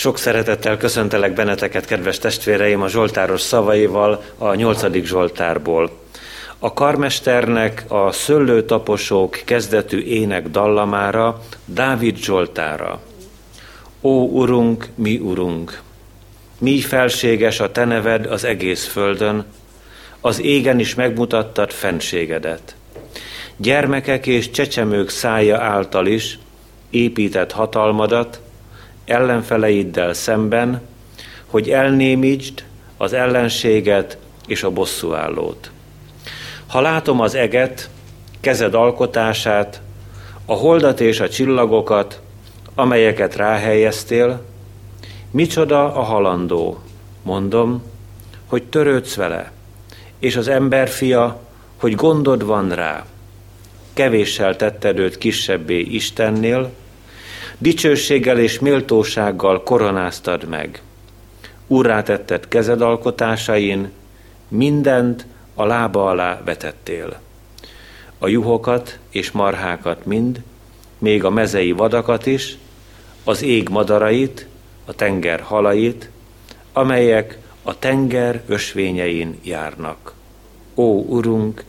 Sok szeretettel köszöntelek benneteket, kedves testvéreim, a zsoltáros szavaival a 8. zsoltárból. A karmesternek a szőlőtaposók kezdetű ének dallamára, Dávid zsoltára. Ó, Urunk, mi Urunk! Mi felséges a te neved az egész földön, az égen is megmutattad fennségedet. Gyermekek és csecsemők szája által is épített hatalmadat, ellenfeleiddel szemben, hogy elnémítsd az ellenséget és a bosszúállót. Ha látom az eget, kezed alkotását, a holdat és a csillagokat, amelyeket ráhelyeztél, micsoda a halandó, mondom, hogy törődsz vele, és az emberfia, hogy gondod van rá. Kevéssel tetted őt kisebbé Istennél, dicsőséggel és méltósággal koronáztad meg. Úrrá tetted kezed alkotásain, mindent a lába alá vetettél. A juhokat és marhákat mind, még a mezei vadakat is, az ég madarait, a tenger halait, amelyek a tenger ösvényein járnak. Ó, Urunk,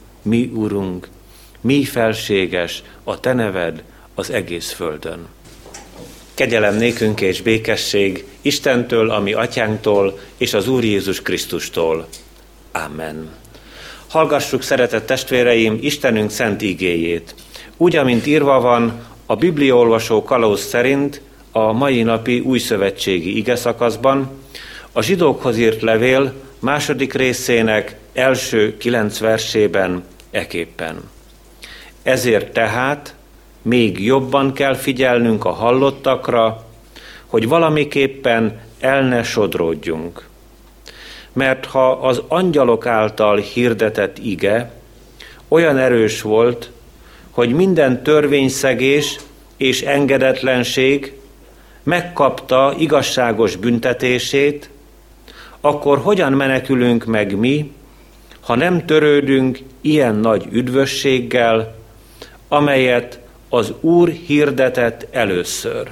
mi felséges a te neved az egész földön. Kegyelem nékünk és békesség Istentől, a mi atyánktól, és az Úr Jézus Krisztustól. Amen. Hallgassuk, szeretett testvéreim, Istenünk szent igéjét. Úgy, amint írva van, a bibliaolvasó kalauz szerint a mai napi újszövetségi igeszakaszban, a zsidókhoz írt levél második részének első 9 versében eképpen. Ezért tehát még jobban kell figyelnünk a hallottakra, hogy valamiképpen el ne sodródjunk. Mert ha az angyalok által hirdetett ige olyan erős volt, hogy minden törvényszegés és engedetlenség megkapta igazságos büntetését, akkor hogyan menekülünk meg mi, ha nem törődünk ilyen nagy üdvösséggel, amelyet az Úr hirdetett először.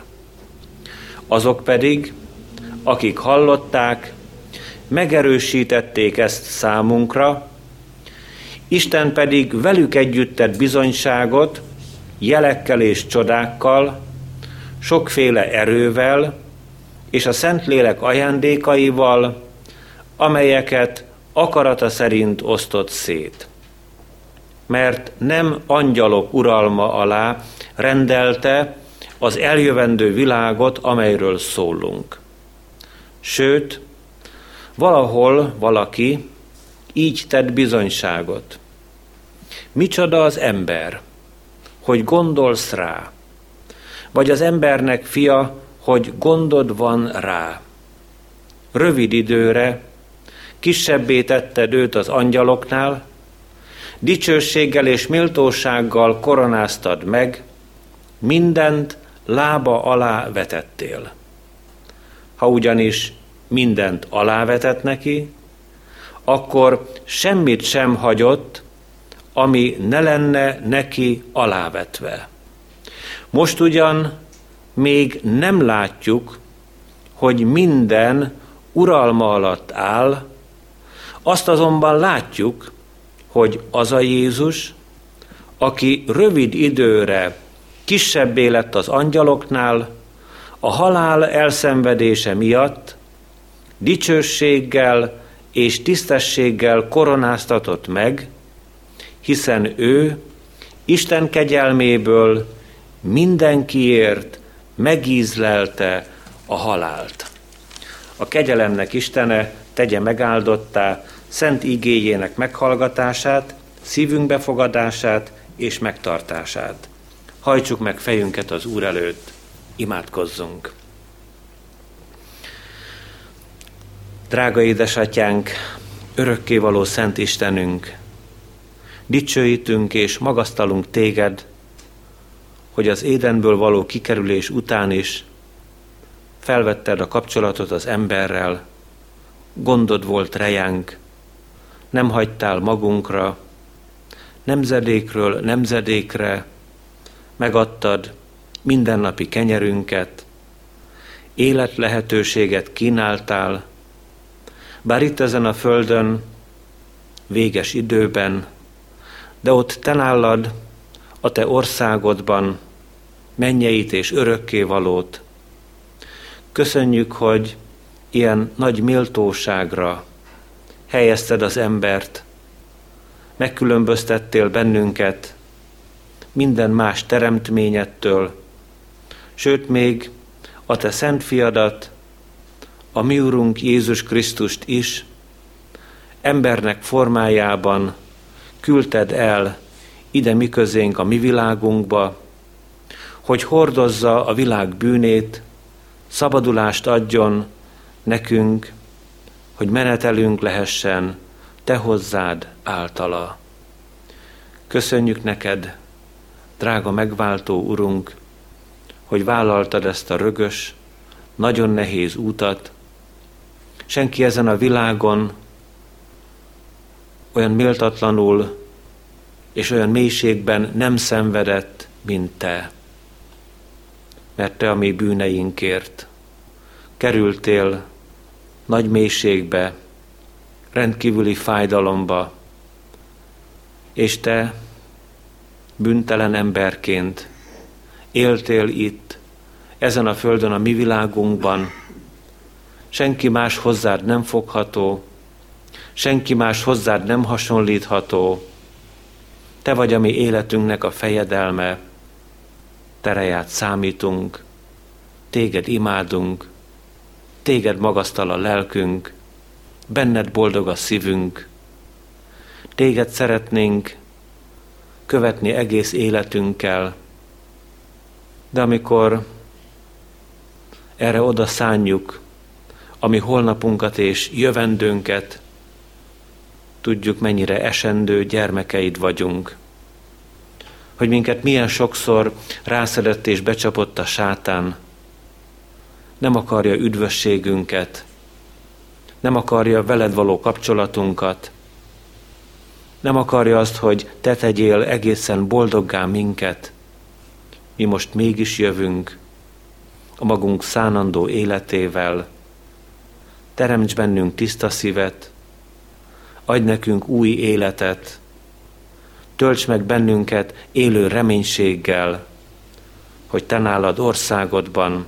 Azok pedig, akik hallották, megerősítették ezt számunkra, Isten pedig velük együtt tett bizonyságot, jelekkel és csodákkal, sokféle erővel és a Szentlélek ajándékaival, amelyeket akarata szerint osztott szét. Mert nem angyalok uralma alá rendelte az eljövendő világot, amelyről szólunk. Sőt, valahol valaki így tett bizonyságot. Micsoda az ember, hogy gondolsz rá, vagy az embernek fia, hogy gondod van rá. Rövid időre kisebbé tetted őt az angyaloknál, dicsőséggel és méltósággal koronáztad meg, mindent lába alá vetettél. Ha ugyanis mindent alávetett neki, akkor semmit sem hagyott, ami ne lenne neki alávetve. Most ugyan még nem látjuk, hogy minden uralma alatt áll, azt azonban látjuk, hogy az a Jézus, aki rövid időre kisebbé lett az angyaloknál, a halál elszenvedése miatt dicsőséggel és tisztességgel koronáztatott meg, hiszen ő Isten kegyelméből mindenkiért megízlelte a halált. A kegyelemnek Istene tegye megáldottá szent igéjének meghallgatását, szívünk befogadását és megtartását. Hajtsuk meg fejünket az Úr előtt, imádkozzunk. Drága édesatyánk, örökkévaló szent Istenünk, dicsőítünk és magasztalunk téged, hogy az Édenből való kikerülés után is felvetted a kapcsolatot az emberrel, gondod volt rejánk, nem hagytál magunkra, nemzedékről nemzedékre megadtad mindennapi kenyerünket, életlehetőséget kínáltál, bár itt ezen a földön, véges időben, de ott te nálad, a te országodban, mennyeit és örökkévalót. Köszönjük, hogy ilyen nagy méltóságra helyezted az embert, megkülönböztettél bennünket minden más teremtményettől, sőt még a te szent fiadat, a mi Urunk Jézus Krisztust is embernek formájában küldted el ide mi közénk, a mi világunkba, hogy hordozza a világ bűnét, szabadulást adjon nekünk, hogy menetelünk lehessen te hozzád általa. Köszönjük neked, drága megváltó Urunk, hogy vállaltad ezt a rögös, nagyon nehéz útat. Senki ezen a világon olyan méltatlanul és olyan mélységben nem szenvedett, mint te. Mert te a mi bűneinkért kerültél nagy mélységbe, rendkívüli fájdalomba, és te bűntelen emberként éltél itt, ezen a földön, a mi világunkban. Senki más hozzád nem fogható, senki más hozzád nem hasonlítható. Te vagy a mi életünknek a fejedelme, tereját számítunk, téged imádunk, téged magasztal a lelkünk, benned boldog a szívünk, téged szeretnénk követni egész életünkkel, de amikor erre oda szánjuk a mi holnapunkat és jövendőnket, tudjuk, mennyire esendő gyermekeid vagyunk, hogy minket milyen sokszor rászedett és becsapott a sátán, nem akarja üdvösségünket, nem akarja veled való kapcsolatunkat, nem akarja azt, hogy te tegyél egészen boldoggá minket. Mi most mégis jövünk a magunk szánandó életével. Teremts bennünk tiszta szívet, adj nekünk új életet, tölts meg bennünket élő reménységgel, hogy te nálad országodban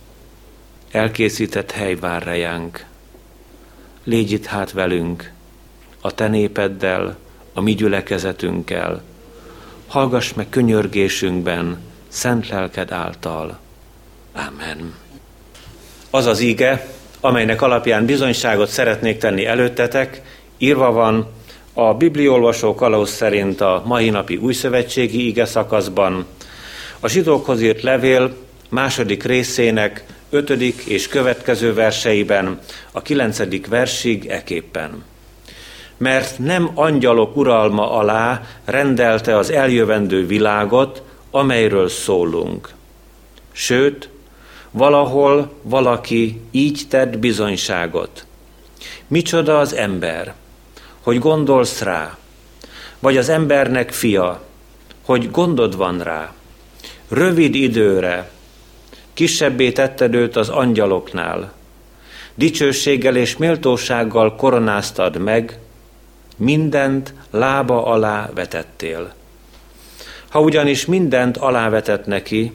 elkészített hely vár rejánk. Légy itt hát velünk, a te népeddel, a mi gyülekezetünkkel. Hallgass meg könyörgésünkben, szent lelked által. Amen. Az az íge, amelynek alapján bizonyságot szeretnék tenni előttetek, írva van a bibliaolvasó kalauz szerint a mai napi újszövetségi ige szakaszban, a zsidókhoz írt levél második részének 5. és következő verseiben, a 9. versig eképpen. Mert nem angyalok uralma alá rendelte az eljövendő világot, amelyről szólunk. Sőt, valahol valaki így tett bizonyságot. Micsoda az ember, hogy gondolsz rá, vagy az embernek fia, hogy gondod van rá. Rövid időre kisebbé tetted őt az angyaloknál, dicsőséggel és méltósággal koronáztad meg, mindent lába alá vetettél. Ha ugyanis mindent alávetett neki,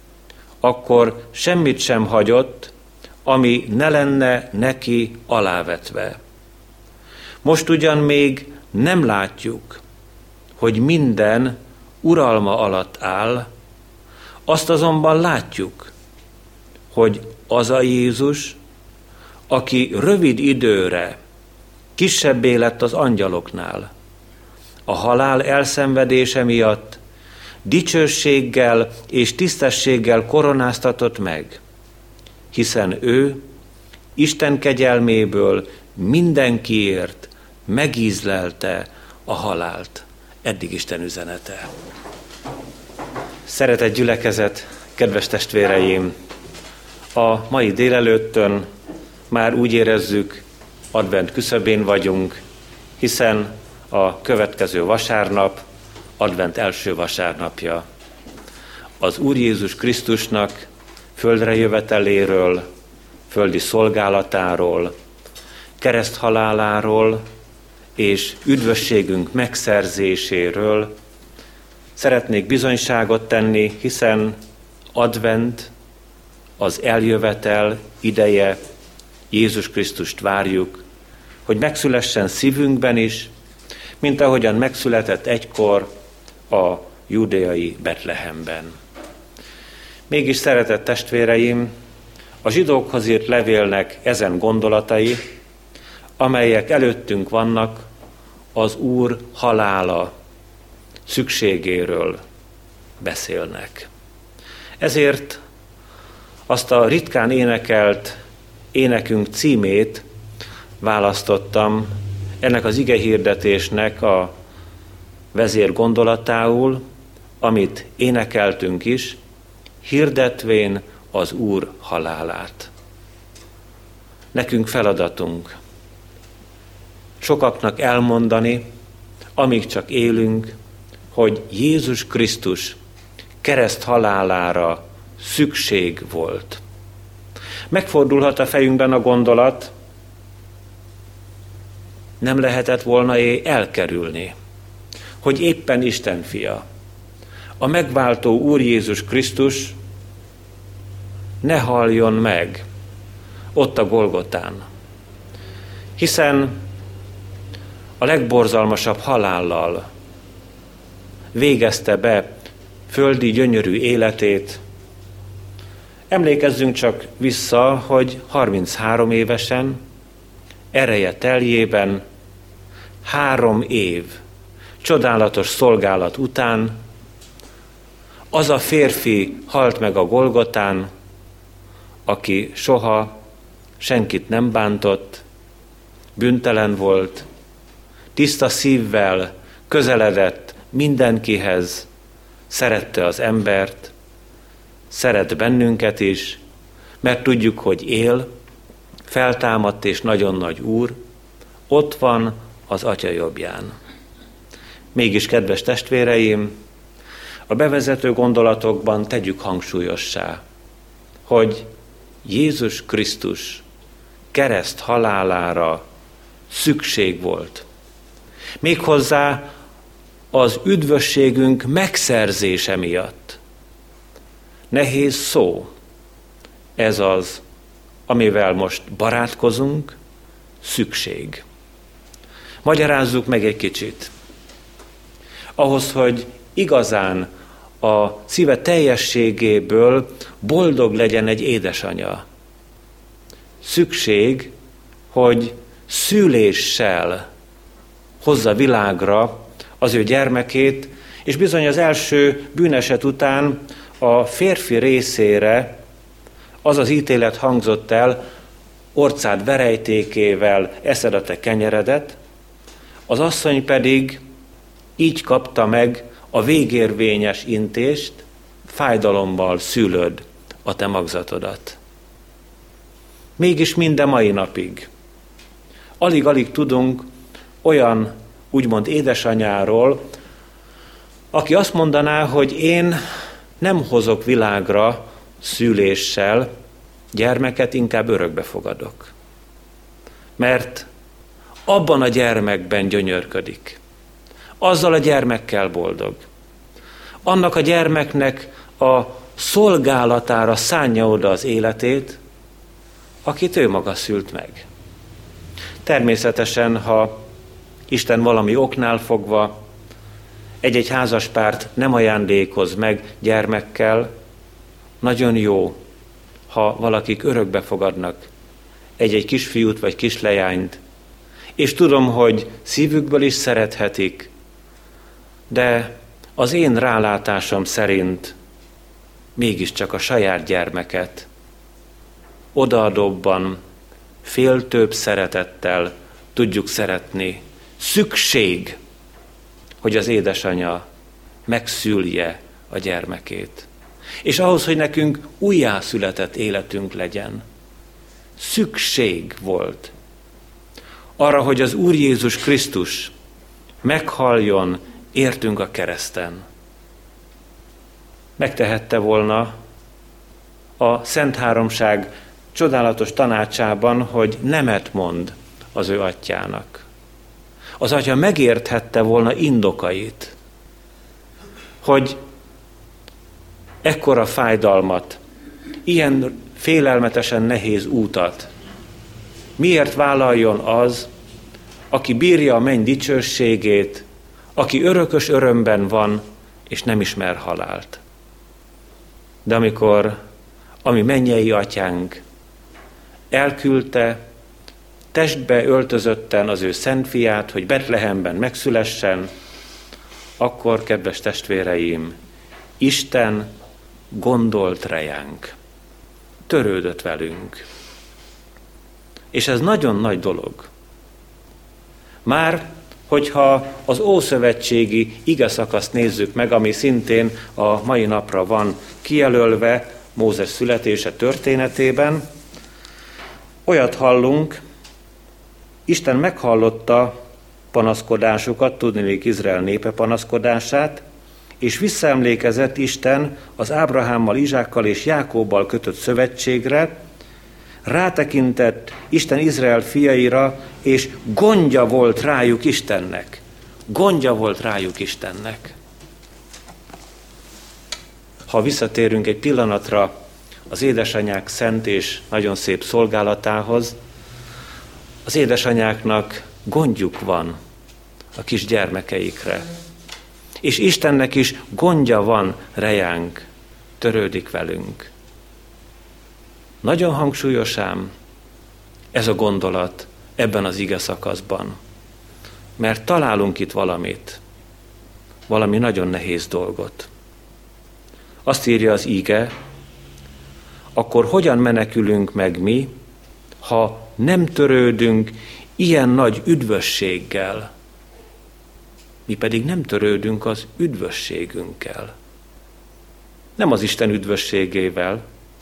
akkor semmit sem hagyott, ami ne lenne neki alávetve. Most ugyan még nem látjuk, hogy minden uralma alatt áll, azt azonban látjuk, hogy az a Jézus, aki rövid időre kisebbé lett az angyaloknál, a halál elszenvedése miatt dicsőséggel és tisztességgel koronáztatott meg, hiszen ő Isten kegyelméből mindenkiért megízlelte a halált. Eddig Isten üzenete. Szeretett gyülekezet, kedves testvéreim! A mai délelőttön már úgy érezzük, advent küszöbén vagyunk, hiszen a következő vasárnap advent első vasárnapja. Az Úr Jézus Krisztusnak földre jöveteléről földi szolgálatáról, kereszthaláláról és üdvösségünk megszerzéséről szeretnék bizonyságot tenni, hiszen advent, az eljövetel ideje, Jézus Krisztust várjuk, hogy megszülessen szívünkben is, mint ahogyan megszületett egykor a júdeai Betlehemben. Mégis, szeretett testvéreim, a zsidókhoz írt levélnek ezen gondolatai, amelyek előttünk vannak, az Úr halála szükségéről beszélnek. Ezért azt a ritkán énekelt énekünk címét választottam ennek az igehirdetésnek a vezér gondolatául, amit énekeltünk is, hirdetvén az Úr halálát. Nekünk feladatunk sokaknak elmondani, amíg csak élünk, hogy Jézus Krisztus kereszt halálára szükség volt. Megfordulhat a fejünkben a gondolat, nem lehetett volna elkerülni, hogy éppen Isten fia, a megváltó Úr Jézus Krisztus ne haljon meg ott a Golgotán, hiszen a legborzalmasabb halállal végezte be földi gyönyörű életét. Emlékezzünk csak vissza, hogy 33 évesen, ereje teljében, 3 év csodálatos szolgálat után az a férfi halt meg a Golgotán, aki soha senkit nem bántott, bűntelen volt, tiszta szívvel közeledett mindenkihez, szerette az embert, szeret bennünket is, mert tudjuk, hogy él, feltámadt és nagyon nagy Úr, ott van az Atya jobbján. Mégis, kedves testvéreim, a bevezető gondolatokban tegyük hangsúlyossá, hogy Jézus Krisztus kereszt halálára szükség volt. Méghozzá az üdvösségünk megszerzése miatt. Nehéz szó ez az, amivel most barátkozunk, szükség. Magyarázzuk meg egy kicsit. Ahhoz, hogy igazán a szíve teljességéből boldog legyen egy édesanya, szükség, hogy szüléssel hozza világra az ő gyermekét, és bizony az első bűneset után a férfi részére az az ítélet hangzott el, orcád verejtékével eszed a te kenyeredet, az asszony pedig így kapta meg a végérvényes intést, fájdalommal szülöd a te magzatodat. Mégis minden mai napig alig-alig tudunk olyan úgymond édesanyáról, aki azt mondaná, hogy én nem hozok világra szüléssel gyermeket, inkább örökbe fogadok. Mert abban a gyermekben gyönyörködik. Azzal a gyermekkel boldog. Annak a gyermeknek a szolgálatára szánja oda az életét, akit ő maga szült meg. Természetesen, ha Isten valami oknál fogva egy-egy házaspárt nem ajándékoz meg gyermekkel, nagyon jó, ha valakik örökbe fogadnak egy-egy kisfiút vagy kisleányt, és tudom, hogy szívükből is szerethetik, de az én rálátásom szerint mégiscsak a saját gyermeket odaadóbban, féltőbb szeretettel tudjuk szeretni. Szükség, hogy az édesanya megszülje a gyermekét. És ahhoz, hogy nekünk újjászületett életünk legyen, szükség volt arra, hogy az Úr Jézus Krisztus meghaljon értünk a kereszten. Megtehette volna a Szent Háromság csodálatos tanácsában, hogy nemet mond az ő atyjának. Az atya megérthette volna indokait, hogy ekkora fájdalmat, ilyen félelmetesen nehéz útat miért vállaljon az, aki bírja a menny dicsőségét, aki örökös örömben van, és nem ismer halált. De amikor a mi mennyei atyánk elküldte testbe öltözötten az ő szent fiát, hogy Betlehemben megszülessen, akkor, kedves testvéreim, Isten gondolt rejánk, törődött velünk. És ez nagyon nagy dolog. Már, hogyha az ószövetségi igeszakaszt nézzük meg, ami szintén a mai napra van kijelölve Mózes születése történetében, olyat hallunk, Isten meghallotta panaszkodásukat, tudniillik Izrael népe panaszkodását, és visszaemlékezett Isten az Ábrahámmal, Izsákkal és Jákóbbal kötött szövetségre, rátekintett Isten Izrael fiaira, és gondja volt rájuk Istennek. Gondja volt rájuk Istennek. Ha visszatérünk egy pillanatra az édesanyák szent és nagyon szép szolgálatához, az édesanyáknak gondjuk van a kis gyermekeikre. És Istennek is gondja van rejánk, törődik velünk. Nagyon hangsúlyos ám ez a gondolat ebben az ige szakaszban, mert találunk itt valami nagyon nehéz dolgot. Azt írja az ige, akkor hogyan menekülünk meg mi, ha nem törődünk ilyen nagy üdvösséggel? Mi pedig nem törődünk az üdvösségünkkel. Nem az Isten üdvösségével,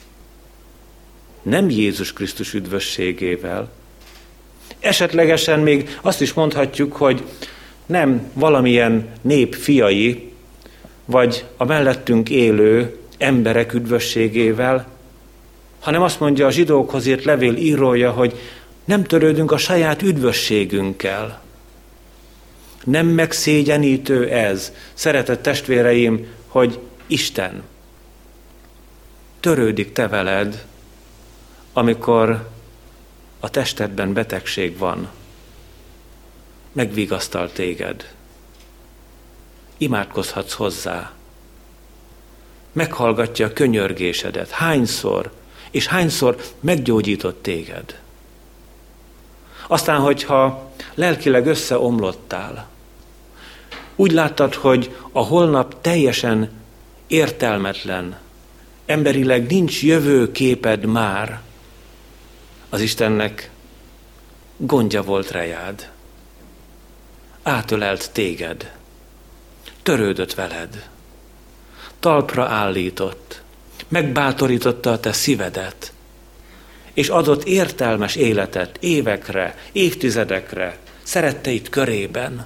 nem Jézus Krisztus üdvösségével. Esetlegesen még azt is mondhatjuk, hogy nem valamilyen nép fiai, vagy a mellettünk élő emberek üdvösségével, hanem azt mondja a zsidókhoz írt levél írója, hogy nem törődünk a saját üdvösségünkkel. Nem megszégyenítő ez, szeretett testvéreim, hogy Isten törődik te veled, amikor a testedben betegség van, megvigasztal téged. Imádkozhatsz hozzá. Meghallgatja a könyörgésedet. Hányszor meggyógyított téged. Aztán, hogyha lelkileg összeomlottál, úgy láttad, hogy a holnap teljesen értelmetlen, emberileg nincs jövőképed már, az Istennek gondja volt rejád. Átölelt téged, törődött veled, talpra állított, megbátorította a te szívedet, és adott értelmes életet évekre, évtizedekre, szeretteid körében.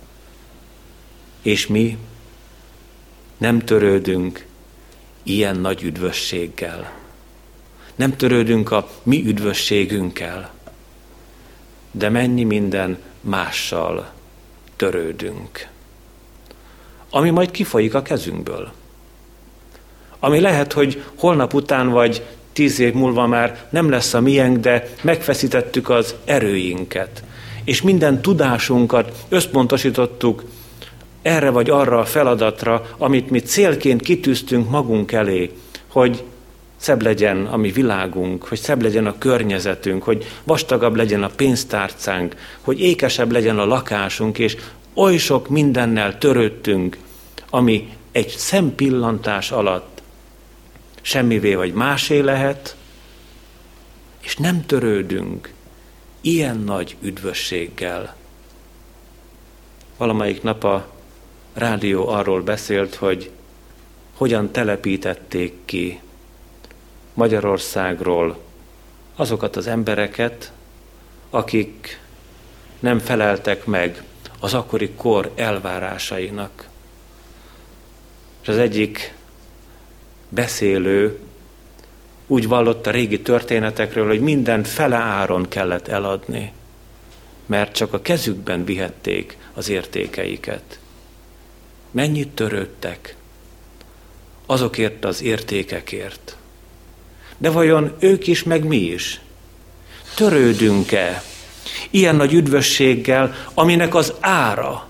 És mi nem törődünk ilyen nagy üdvösséggel. Nem törődünk a mi üdvösségünkkel, de mennyi minden mással törődünk. Ami majd kifolyik a kezünkből. Ami lehet, hogy holnap után vagy 10 év múlva már nem lesz a miénk, de megfeszítettük az erőinket, és minden tudásunkat összpontosítottuk erre vagy arra a feladatra, amit mi célként kitűztünk magunk elé, hogy szebb legyen a mi világunk, hogy szebb legyen a környezetünk, hogy vastagabb legyen a pénztárcánk, hogy ékesebb legyen a lakásunk, és oly sok mindennel törődtünk, ami egy szempillantás alatt semmivé vagy másé lehet, és nem törődünk ilyen nagy üdvösséggel. Valamelyik nap a rádió arról beszélt, hogy hogyan telepítették ki Magyarországról azokat az embereket, akik nem feleltek meg az akkori kor elvárásainak. És az egyik beszélő úgy vallott a régi történetekről, hogy minden fele áron kellett eladni, mert csak a kezükben vihették az értékeiket. Mennyit törődtek azokért az értékekért. De vajon ők is, meg mi is? Törődünk-e ilyen nagy üdvösséggel, aminek az ára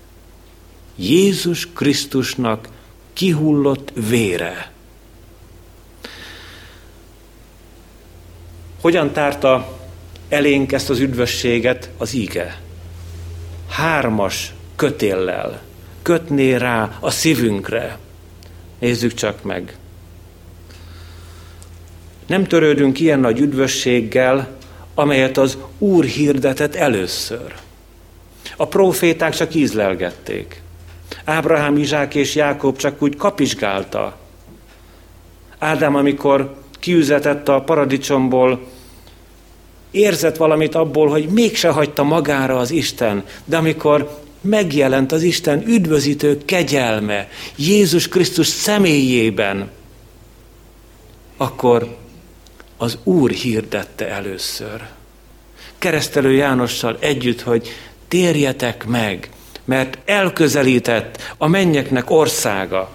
Jézus Krisztusnak kihullott vére? Hogyan tárta elénk ezt az üdvösséget az ige? 3 kötéllel kötné rá a szívünkre. Nézzük csak meg. Nem törődünk ilyen nagy üdvösséggel, amelyet az Úr hirdetett először. A próféták csak ízlelgették. Ábrahám, Izsák és Jákob csak úgy kapizsgálta. Ádám, amikor kiüzetett a paradicsomból, érzett valamit abból, hogy mégse hagyta magára az Isten, de amikor megjelent az Isten üdvözítő kegyelme Jézus Krisztus személyében, akkor az Úr hirdette először. Keresztelő Jánossal együtt, hogy térjetek meg, mert elközelített a mennyeknek országa.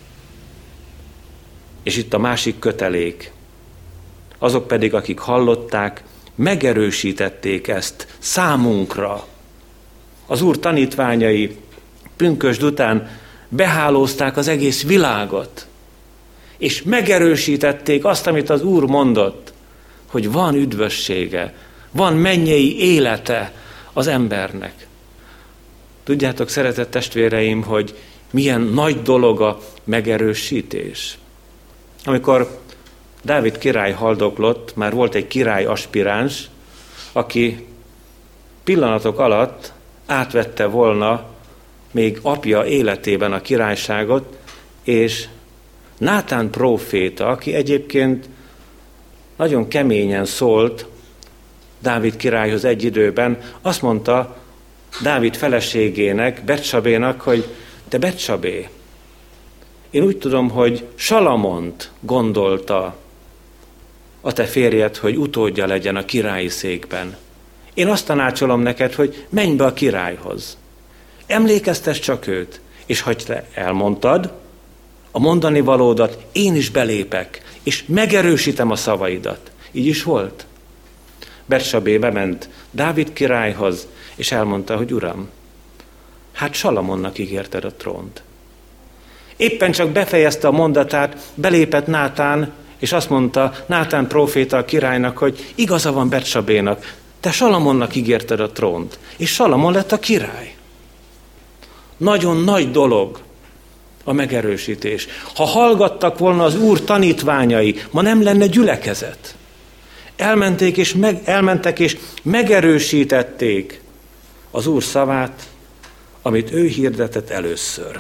És itt a másik kötelék. Azok pedig, akik hallották, megerősítették ezt számunkra. Az Úr tanítványai pünkösd után behálózták az egész világot, és megerősítették azt, amit az Úr mondott, hogy van üdvössége, van mennyei élete az embernek. Tudjátok, szeretett testvéreim, hogy milyen nagy dolog a megerősítés. Amikor Dávid király haldoklott, már volt egy király aspiráns, aki pillanatok alatt átvette volna még apja életében a királyságot, és Nátán próféta, aki egyébként nagyon keményen szólt Dávid királyhoz egy időben, azt mondta Dávid feleségének, Betsabénak, hogy te Betsabé, én úgy tudom, hogy Salamont gondolta a te férjed, hogy utódja legyen a királyi székben. Én azt tanácsolom neked, hogy menj be a királyhoz. Emlékeztess csak őt, és ha te elmondtad a mondani valódat, én is belépek, és megerősítem a szavaidat. Így is volt. Betsabé bement Dávid királyhoz, és elmondta, hogy uram, hát Salamonnak ígérted a trónt. Éppen csak befejezte a mondatát, belépett Nátán, és azt mondta Nátán próféta a királynak, hogy igaza van Betsabénak, te Salamonnak ígérted a trónt, és Salamon lett a király. Nagyon nagy dolog a megerősítés. Ha hallgattak volna az Úr tanítványai, ma nem lenne gyülekezet. Elmentek és megerősítették az Úr szavát, amit ő hirdetett először.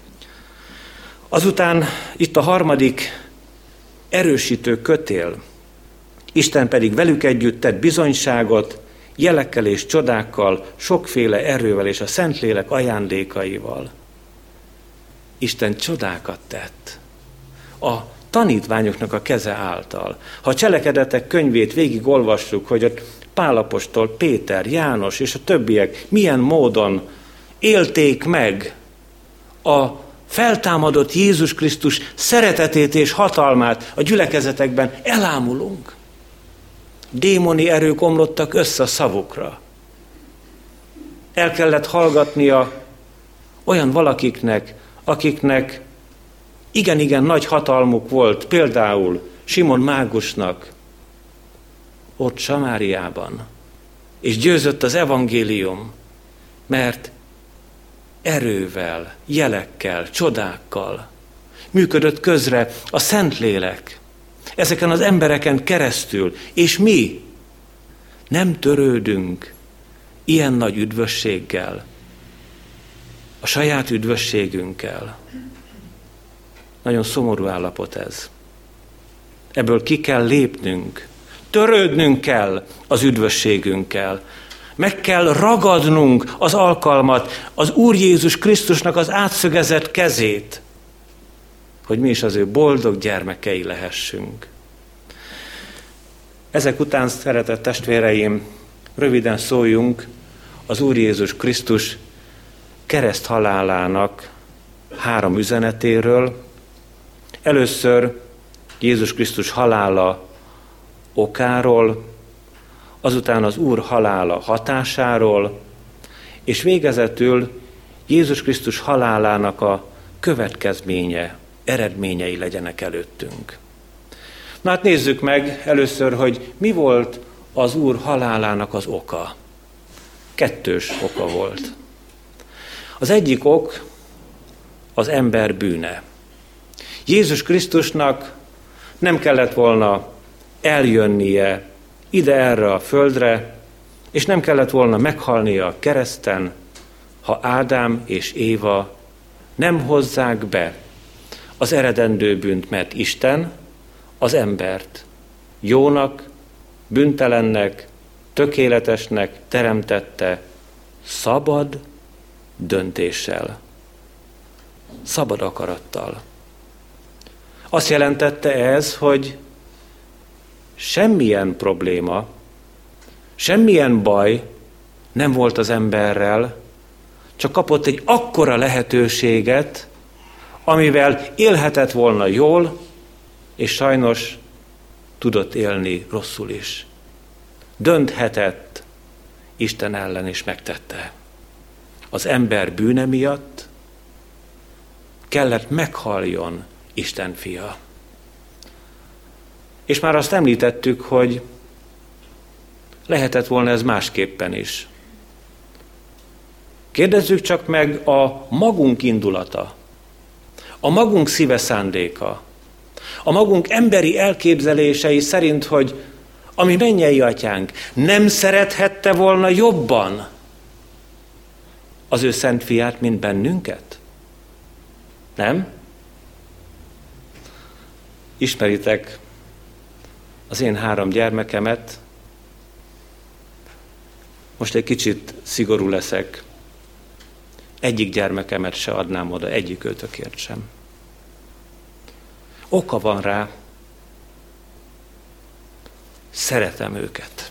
Azután itt a 3. erősítő kötél. Isten pedig velük együtt tett bizonyságot, jelekkel és csodákkal, sokféle erővel és a Szentlélek ajándékaival. Isten csodákat tett a tanítványoknak a keze által. Ha a Cselekedetek könyvét végigolvassuk, hogy ott Pál apostol, Péter, János és a többiek milyen módon élték meg a feltámadott Jézus Krisztus szeretetét és hatalmát a gyülekezetekben, elámulunk. Démoni erők omlottak össze a szavukra. El kellett hallgatnia olyan valakiknek, akiknek igen-igen nagy hatalmuk volt, például Simon mágusnak ott Samáriában, és győzött az evangélium, mert erővel, jelekkel, csodákkal működött közre a Szentlélek ezeken az embereken keresztül, és mi nem törődünk ilyen nagy üdvösséggel, a saját üdvösségünkkel. Nagyon szomorú állapot ez. Ebből ki kell lépnünk, törődnünk kell az üdvösségünkkel, meg kell ragadnunk az alkalmat, az Úr Jézus Krisztusnak az átszögezett kezét, hogy mi is az ő boldog gyermekei lehessünk. Ezek után, szeretett testvéreim, röviden szóljunk az Úr Jézus Krisztus kereszthalálának 3 üzenetéről. Először Jézus Krisztus halála okáról, azután az Úr halála hatásáról, és végezetül Jézus Krisztus halálának a következménye, eredményei legyenek előttünk. Na hát nézzük meg először, hogy mi volt az Úr halálának az oka. 2 oka volt. Az egyik ok az ember bűne. Jézus Krisztusnak nem kellett volna eljönnie ide erre a földre, és nem kellett volna meghalnia a kereszten, ha Ádám és Éva nem hozzák be az eredendő bűnt, mert Isten az embert jónak, bűntelennek, tökéletesnek teremtette szabad döntéssel, szabad akarattal. Azt jelentette ez, hogy semmilyen probléma, semmilyen baj nem volt az emberrel, csak kapott egy akkora lehetőséget, amivel élhetett volna jól, és sajnos tudott élni rosszul is. Dönthetett Isten ellen, is megtette. Az ember bűne miatt kellett meghaljon Isten fia. És már azt említettük, hogy lehetett volna ez másképpen is. Kérdezzük csak meg a magunk indulata, a magunk szíve szándéka, a magunk emberi elképzelései szerint, hogy a mi mennyei atyánk nem szerethette volna jobban az ő szent fiát, mint bennünket? Nem? Ismeritek az én 3 gyermekemet. Most egy kicsit szigorú leszek. Egyik gyermekemet se adnám oda, egyik őtökért sem. Oka van rá. Szeretem őket.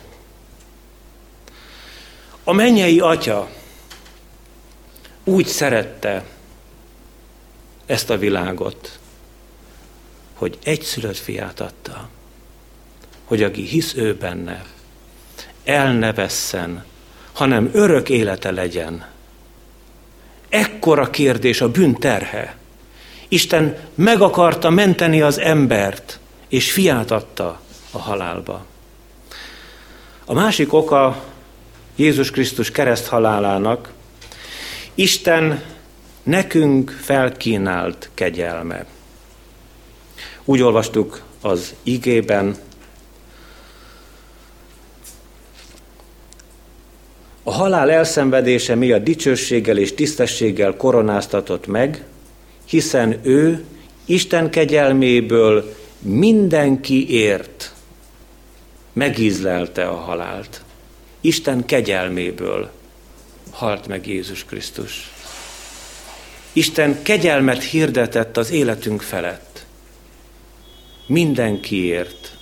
A mennyei Atya úgy szerette ezt a világot, hogy egyszülött fiát adta, hogy aki hisz ő benne, el ne vesszen, hanem örök élete legyen. Ekkora kérdés a bűn terhe. Isten meg akarta menteni az embert, és fiát adta a halálba. A másik oka Jézus Krisztus kereszthalálának Isten nekünk felkínált kegyelme. Úgy olvastuk az igében, a halál elszenvedése miatt dicsőséggel és tisztességgel koronáztatott meg, hiszen ő Isten kegyelméből mindenkiért megízlelte a halált. Isten kegyelméből halt meg Jézus Krisztus. Isten kegyelmet hirdetett az életünk felett. Mindenkiért.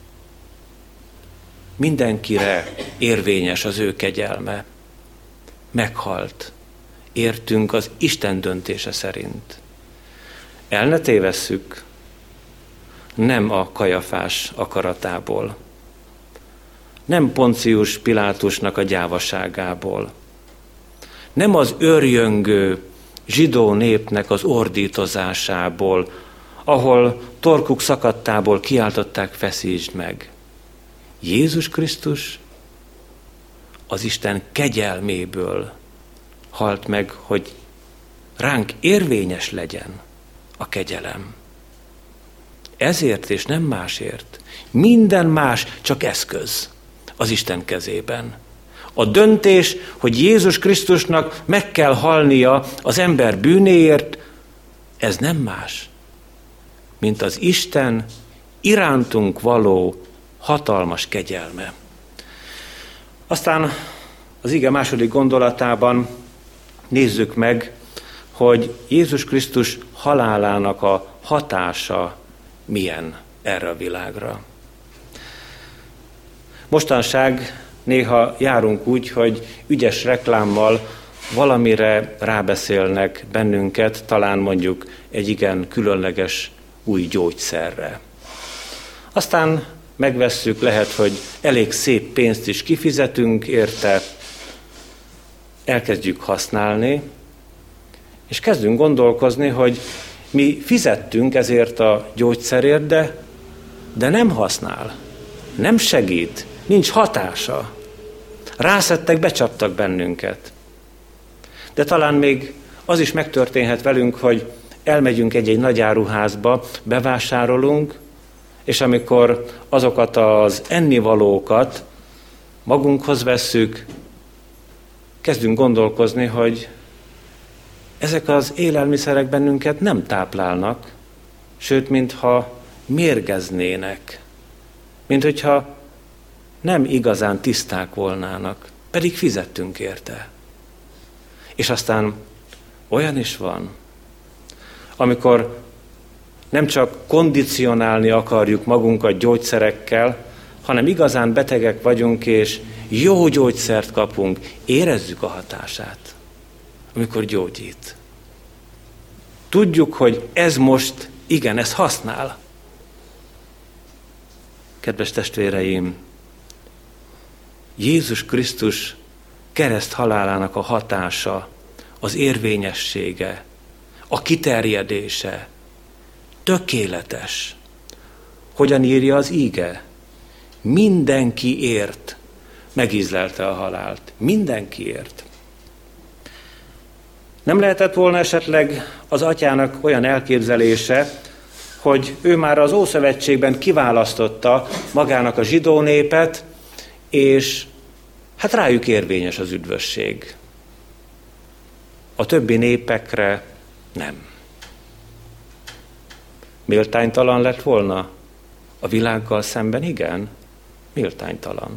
Mindenkire érvényes az ő kegyelme. Meghalt. Értünk az Isten döntése szerint. El ne tévesszük, nem a Kajafás akaratából, nem Poncius Pilátusnak a gyávaságából, nem az őrjöngő zsidó népnek az ordítozásából, ahol torkuk szakadtából kiáltották, feszítsd meg. Jézus Krisztus az Isten kegyelméből halt meg, hogy ránk érvényes legyen a kegyelem. Ezért és nem másért. Minden más csak eszköz az Isten kezében. A döntés, hogy Jézus Krisztusnak meg kell halnia az ember bűnéért, ez nem más, mint az Isten irántunk való hatalmas kegyelme. Aztán az ige második gondolatában nézzük meg, hogy Jézus Krisztus halálának a hatása milyen erre a világra. Mostanság néha járunk úgy, hogy ügyes reklámmal valamire rábeszélnek bennünket, talán mondjuk egy igen különleges új gyógyszerre. Aztán megvesszük, lehet, hogy elég szép pénzt is kifizetünk érte, elkezdjük használni, és kezdünk gondolkozni, hogy mi fizettünk ezért a gyógyszerért, de nem használ, nem segít, nincs hatása. Rászettek, becsaptak bennünket. De talán még az is megtörténhet velünk, hogy elmegyünk egy nagy áruházba, bevásárolunk, és amikor azokat az ennivalókat magunkhoz vesszük, kezdünk gondolkozni, hogy ezek az élelmiszerek bennünket nem táplálnak, sőt, mintha mérgeznének, mint hogyha nem igazán tiszták volnának, pedig fizettünk érte. És aztán olyan is van, amikor nem csak kondicionálni akarjuk magunkat gyógyszerekkel, hanem igazán betegek vagyunk, és jó gyógyszert kapunk, érezzük a hatását, amikor gyógyít. Tudjuk, hogy ez most, igen, ez használ. Kedves testvéreim, Jézus Krisztus kereszt halálának a hatása, az érvényessége, a kiterjedése tökéletes. Hogyan írja az íge? Mindenkiért megízlelte a halált. Mindenkiért. Nem lehetett volna esetleg az atyának olyan elképzelése, hogy ő már az Ószövetségben kiválasztotta magának a zsidó népet, és hát rájuk érvényes az üdvösség. A többi népekre nem. Méltánytalan lett volna a világgal szemben? Igen, méltánytalan.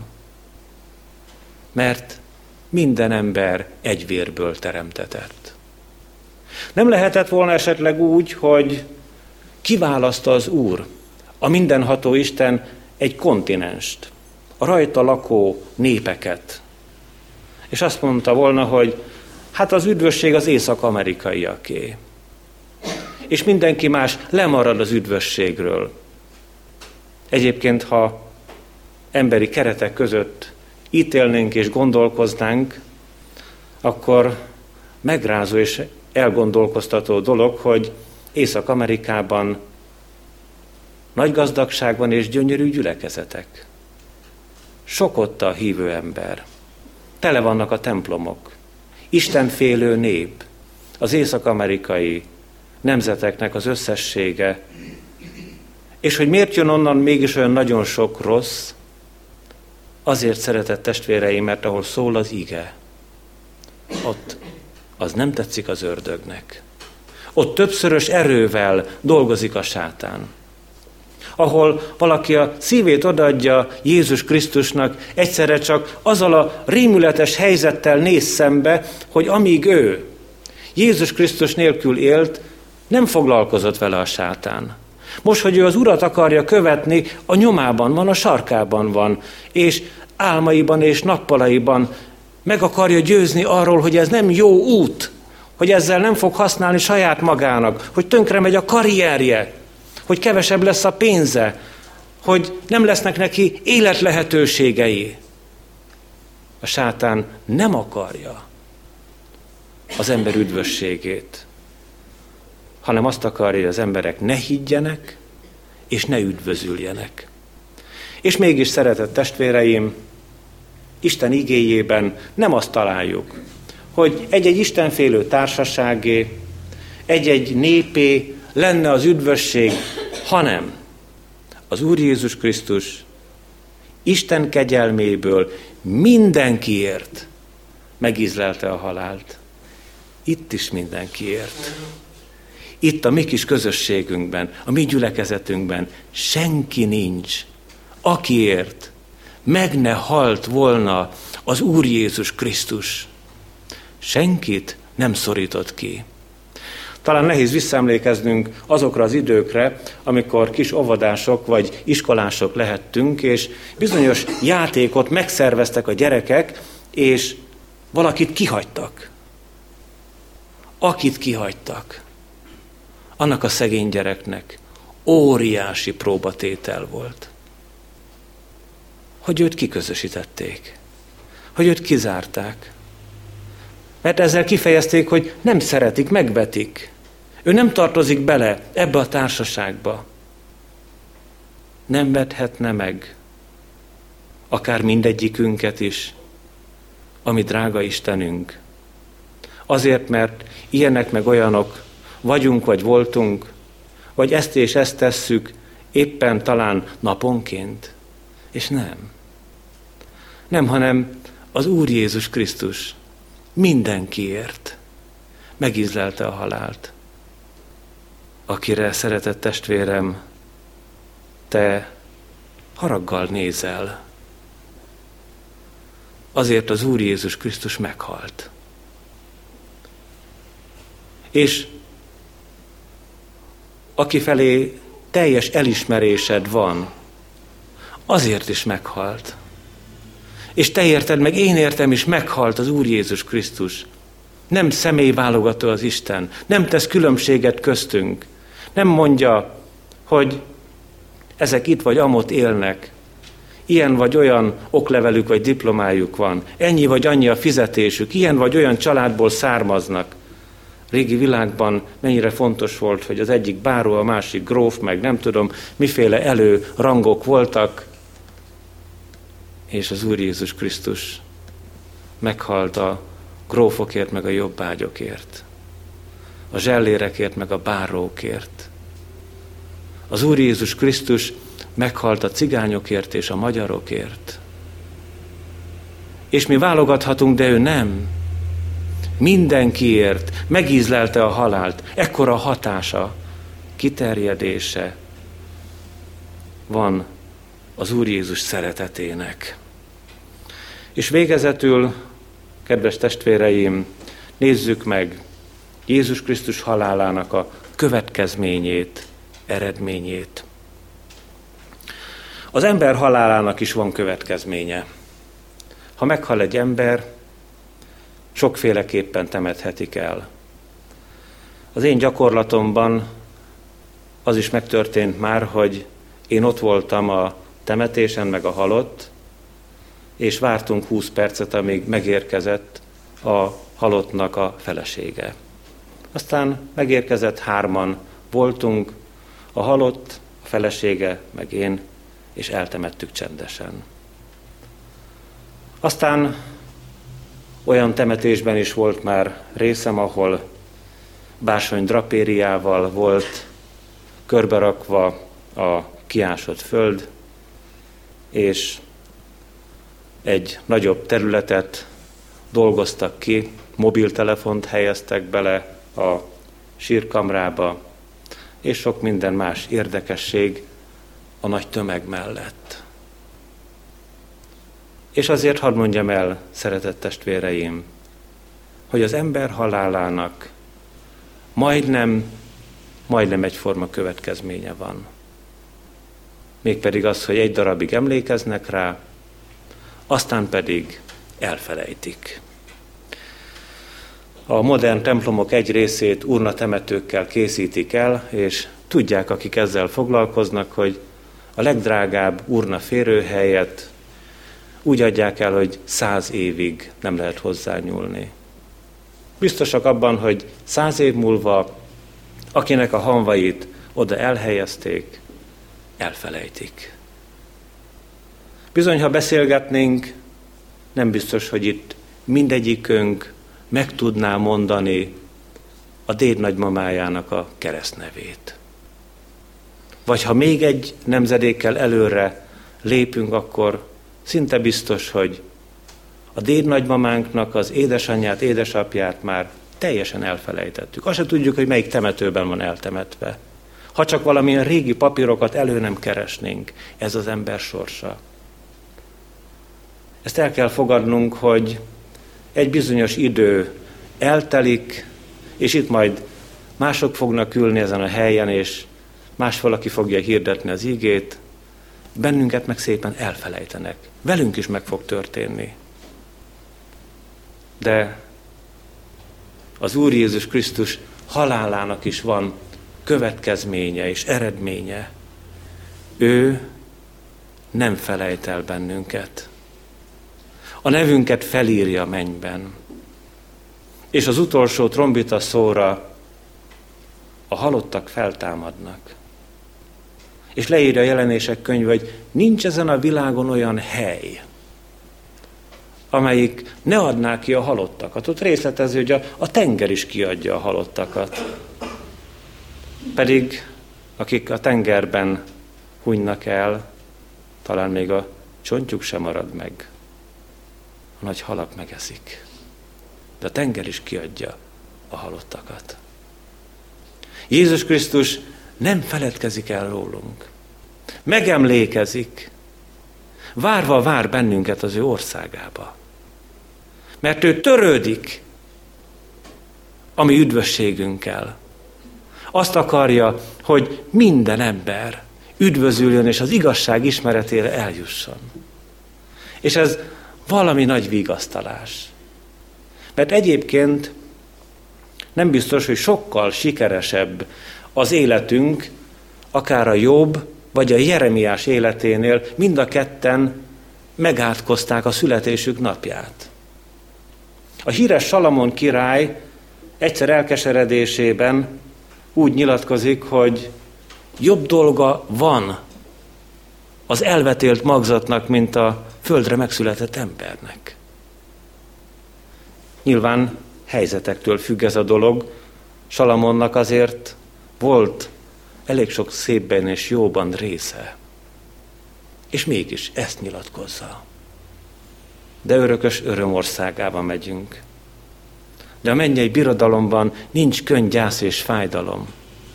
Mert minden ember egy vérből teremtetett. Nem lehetett volna esetleg úgy, hogy kiválaszta az Úr, a mindenható Isten egy kontinenst, a rajta lakó népeket. És azt mondta volna, hogy hát az üdvösség az észak-amerikaiaké. És mindenki más lemarad az üdvösségről. Egyébként, ha emberi keretek között ítélnénk és gondolkoznánk, akkor megrázó és elgondolkoztató dolog, hogy Észak-Amerikában nagy gazdagság van és gyönyörű gyülekezetek. Sok ott a hívő ember. Tele vannak a templomok. Istenfélő nép. Az észak-amerikai nemzeteknek az összessége. És hogy miért jön onnan mégis olyan nagyon sok rossz? Azért, szeretett testvéreim, mert ahol szól az ige, ott az nem tetszik az ördögnek. Ott többszörös erővel dolgozik a sátán. Ahol valaki a szívét odaadja Jézus Krisztusnak, egyszerre csak azzal a rémületes helyzettel néz szembe, hogy amíg ő Jézus Krisztus nélkül élt, nem foglalkozott vele a sátán. Most, hogy ő az Urat akarja követni, a nyomában van, a sarkában van, és álmaiban és nappalaiban meg akarja győzni arról, hogy ez nem jó út, hogy ezzel nem fog használni saját magának, hogy tönkre megy a karrierje, hogy kevesebb lesz a pénze, hogy nem lesznek neki életlehetőségei. A sátán nem akarja az ember üdvösségét, hanem azt akarja, hogy az emberek ne higgyenek, és ne üdvözüljenek. És mégis, szeretett testvéreim, Isten igéjében nem azt találjuk, hogy egy-egy istenfélő társaságé, egy-egy népé lenne az üdvösség, hanem az Úr Jézus Krisztus Isten kegyelméből mindenkiért megízlelte a halált. Itt is mindenkiért. Itt a mi kis közösségünkben, a mi gyülekezetünkben senki nincs, akiért meg ne halt volna az Úr Jézus Krisztus. Senkit nem szorított ki. Talán nehéz visszaemlékeznünk azokra az időkre, amikor kis óvodások vagy iskolások lehettünk, és bizonyos játékot megszerveztek a gyerekek, és valakit kihagytak. Akit kihagytak, annak a szegény gyereknek óriási próbatétel volt. Hogy őt kiközösítették, hogy őt kizárták. Mert ezzel kifejezték, hogy nem szeretik, megvetik. Ő nem tartozik bele ebbe a társaságba. Nem vethetne meg akár mindegyikünket is, ami drága Istenünk. Azért, mert ilyenek meg olyanok vagyunk, vagy voltunk, vagy ezt és ezt tesszük éppen talán naponként. És nem. Nem, hanem az Úr Jézus Krisztus mindenkiért megízlelte a halált. Akire, szeretett testvérem, te haraggal nézel. Azért az Úr Jézus Krisztus meghalt. És aki felé teljes elismerésed van, azért is meghalt. És te érted meg, én értem is, meghalt az Úr Jézus Krisztus. Nem személyválogató az Isten, nem tesz különbséget köztünk. Nem mondja, hogy ezek itt vagy amott élnek, ilyen vagy olyan oklevelük vagy diplomájuk van, ennyi vagy annyi a fizetésük, ilyen vagy olyan családból származnak. Régi világban mennyire fontos volt, hogy az egyik báró, a másik gróf, meg nem tudom, miféle előrangok voltak, és az Úr Jézus Krisztus meghalt a grófokért, meg a jobbágyokért, a zsellérekért, meg a bárókért. Az Úr Jézus Krisztus meghalt a cigányokért és a magyarokért. És mi válogathatunk, de ő nem. Mindenkiért megízlelte a halált. Ekkora hatása, kiterjedése van az Úr Jézus szeretetének. És végezetül, kedves testvéreim, nézzük meg Jézus Krisztus halálának a következményét, eredményét. Az ember halálának is van következménye. Ha meghal egy ember, sokféleképpen temethetik el. Az én gyakorlatomban az is megtörtént már, hogy én ott voltam a temetésen, meg a halott, és vártunk 20 percet, amíg megérkezett a halottnak a felesége. Aztán megérkezett, 3-an voltunk, a halott, a felesége, meg én, és eltemettük csendesen. Aztán olyan temetésben is volt már részem, ahol bársony drapériával volt körberakva a kiásott föld, és egy nagyobb területet dolgoztak ki, mobiltelefont helyeztek bele a sírkamrába, és sok minden más érdekesség a nagy tömeg mellett. És azért hadd mondjam el, szeretett testvéreim, hogy az ember halálának majdnem egyforma következménye van. Mégpedig az, hogy egy darabig emlékeznek rá, aztán pedig elfelejtik. A modern templomok egy részét urnatemetőkkel készítik el, és tudják, akik ezzel foglalkoznak, hogy a legdrágább urna férőhelyet úgy adják el, hogy 100 évig nem lehet hozzányúlni. Biztosak abban, hogy 100 év múlva, akinek a hamvait oda elhelyezték, elfelejtik. Bizony, ha beszélgetnénk, nem biztos, hogy itt mindegyikünk meg tudná mondani a dédnagymamájának a keresztnevét. Vagy ha még egy nemzedékkel előre lépünk, akkor szinte biztos, hogy a dédnagymamánknak az édesanyját, édesapját már teljesen elfelejtettük. Azt se tudjuk, hogy melyik temetőben van eltemetve. Ha csak valamilyen régi papírokat elő nem keresnénk, ez az ember sorsa. Ezt el kell fogadnunk, hogy egy bizonyos idő eltelik, és itt majd mások fognak ülni ezen a helyen, és más valaki fogja hirdetni az igét, bennünket meg szépen elfelejtenek. Velünk is meg fog történni. De az Úr Jézus Krisztus halálának is van következménye és eredménye. Ő nem felejt el bennünket. A nevünket felírja a mennyben. És az utolsó trombita szóra a halottak feltámadnak. És leírja a Jelenések könyve, hogy nincs ezen a világon olyan hely, amelyik ne adná ki a halottakat. Ott részletező, hogy a tenger is kiadja a halottakat. Pedig akik a tengerben hunynak el, talán még a csontjuk sem marad meg. A nagy halak megeszik. De a tenger is kiadja a halottakat. Jézus Krisztus nem feledkezik el rólunk. Megemlékezik. Várva vár bennünket az ő országába. Mert ő törődik a mi üdvösségünkkel. Azt akarja, hogy minden ember üdvözüljön, és az igazság ismeretére eljusson. És ez valami nagy vigasztalás. Mert egyébként nem biztos, hogy sokkal sikeresebb az életünk, akár a Jobb vagy a Jeremiás életénél, mind a ketten megátkozták a születésük napját. A híres Salamon király egyszer elkeseredésében úgy nyilatkozik, hogy jobb dolga van az elvetélt magzatnak, mint a földre megszületett embernek. Nyilván helyzetektől függ ez a dolog. Salamonnak azért volt elég sok szépben és jóban része. És mégis ezt nyilatkozza. De örökös örömországába megyünk. De a mennyei birodalomban nincs könny, gyász és fájdalom.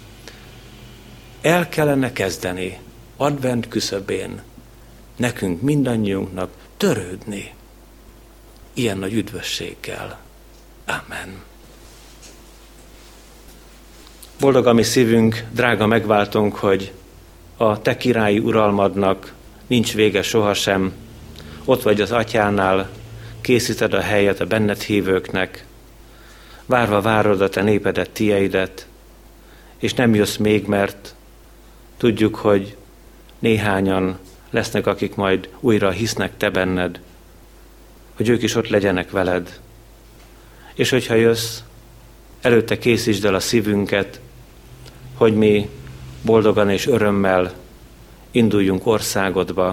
El kellene kezdeni advent küszöbén nekünk mindannyiunknak törődni ilyen nagy üdvösséggel. Amen. Boldog a mi szívünk, drága megváltunk, hogy a te királyi uralmadnak nincs vége sohasem. Ott vagy az atyánál, készíted a helyet a benned hívőknek, várva várod a te népedet, tieidet, és nem jössz még, mert tudjuk, hogy néhányan lesznek, akik majd újra hisznek te benned, hogy ők is ott legyenek veled. És hogyha jössz, előtte készítsd el a szívünket, hogy mi boldogan és örömmel induljunk országodba,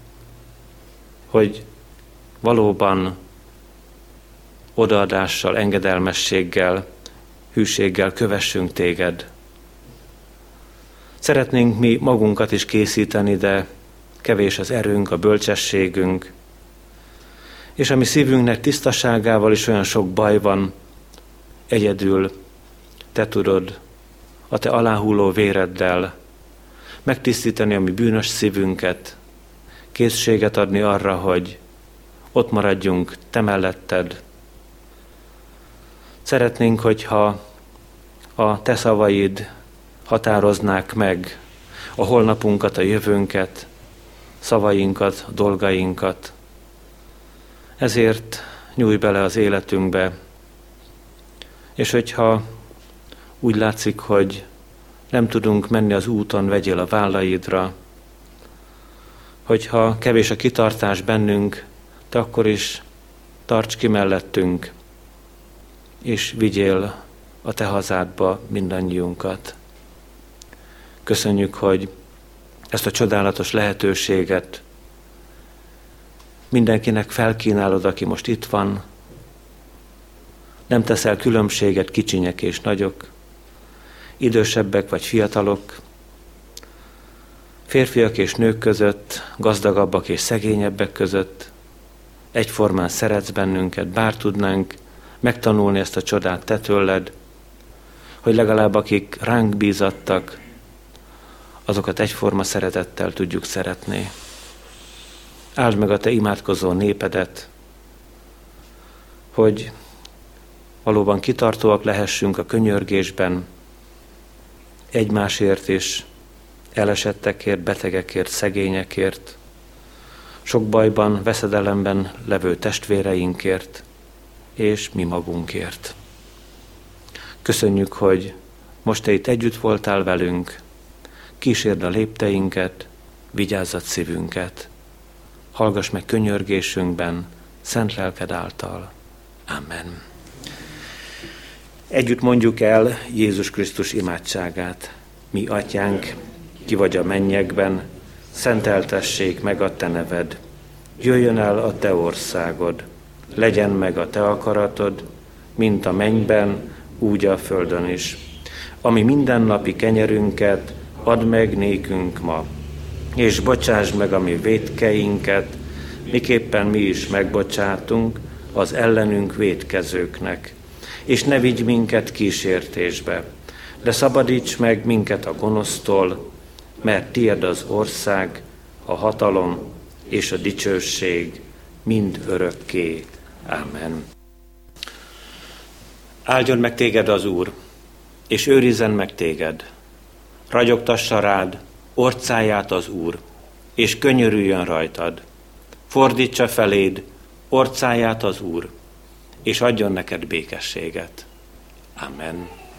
hogy valóban odaadással, engedelmességgel, hűséggel kövessünk téged. Szeretnénk mi magunkat is készíteni, de kevés az erőnk, a bölcsességünk, és a mi szívünknek tisztaságával is olyan sok baj van, egyedül te tudod a te aláhulló véreddel megtisztítani a mi bűnös szívünket, készséget adni arra, hogy ott maradjunk te melletted. Szeretnénk, hogyha a te szavaid határoznák meg a holnapunkat, a jövőnket, szavainkat, dolgainkat. Ezért nyújj bele az életünkbe, és hogyha úgy látszik, hogy nem tudunk menni az úton, vegyél a vállaidra, hogyha kevés a kitartás bennünk, te akkor is tarts ki mellettünk, és vigyél a te hazádba mindannyiunkat. Köszönjük, hogy ezt a csodálatos lehetőséget mindenkinek felkínálod, aki most itt van. Nem teszel különbséget kicsinyek és nagyok, idősebbek vagy fiatalok, férfiak és nők között, gazdagabbak és szegényebbek között. Egyformán szeretsz bennünket, bár tudnánk megtanulni ezt a csodát te tőled, hogy legalább akik ránk bízattak, azokat egyforma szeretettel tudjuk szeretni. Áld meg a te imádkozó népedet, hogy valóban kitartóak lehessünk a könyörgésben, egymásért is, elesettekért, betegekért, szegényekért, sok bajban, veszedelemben levő testvéreinkért, és mi magunkért. Köszönjük, hogy most te itt együtt voltál velünk, kísérd a lépteinket, vigyázzad szívünket, hallgass meg könyörgésünkben, szent lelked által. Amen. Együtt mondjuk el Jézus Krisztus imádságát. Mi atyánk, ki vagy a mennyekben, szenteltessék meg a te neved. Jöjjön el a te országod, legyen meg a te akaratod, mint a mennyben, úgy a földön is. Ami mindennapi kenyerünket add meg nékünk ma, és bocsásd meg a mi vétkeinket, miképpen mi is megbocsátunk az ellenünk vétkezőknek. És ne vigy minket kísértésbe, de szabadíts meg minket a gonosztól, mert tied az ország, a hatalom és a dicsőség mind örökké. Amen. Áldjon meg téged az Úr, és őrizzen meg téged. Ragyogtassa rád orcáját az Úr, és könyörüljön rajtad. Fordítsa feléd orcáját az Úr, és adjon neked békességet. Amen.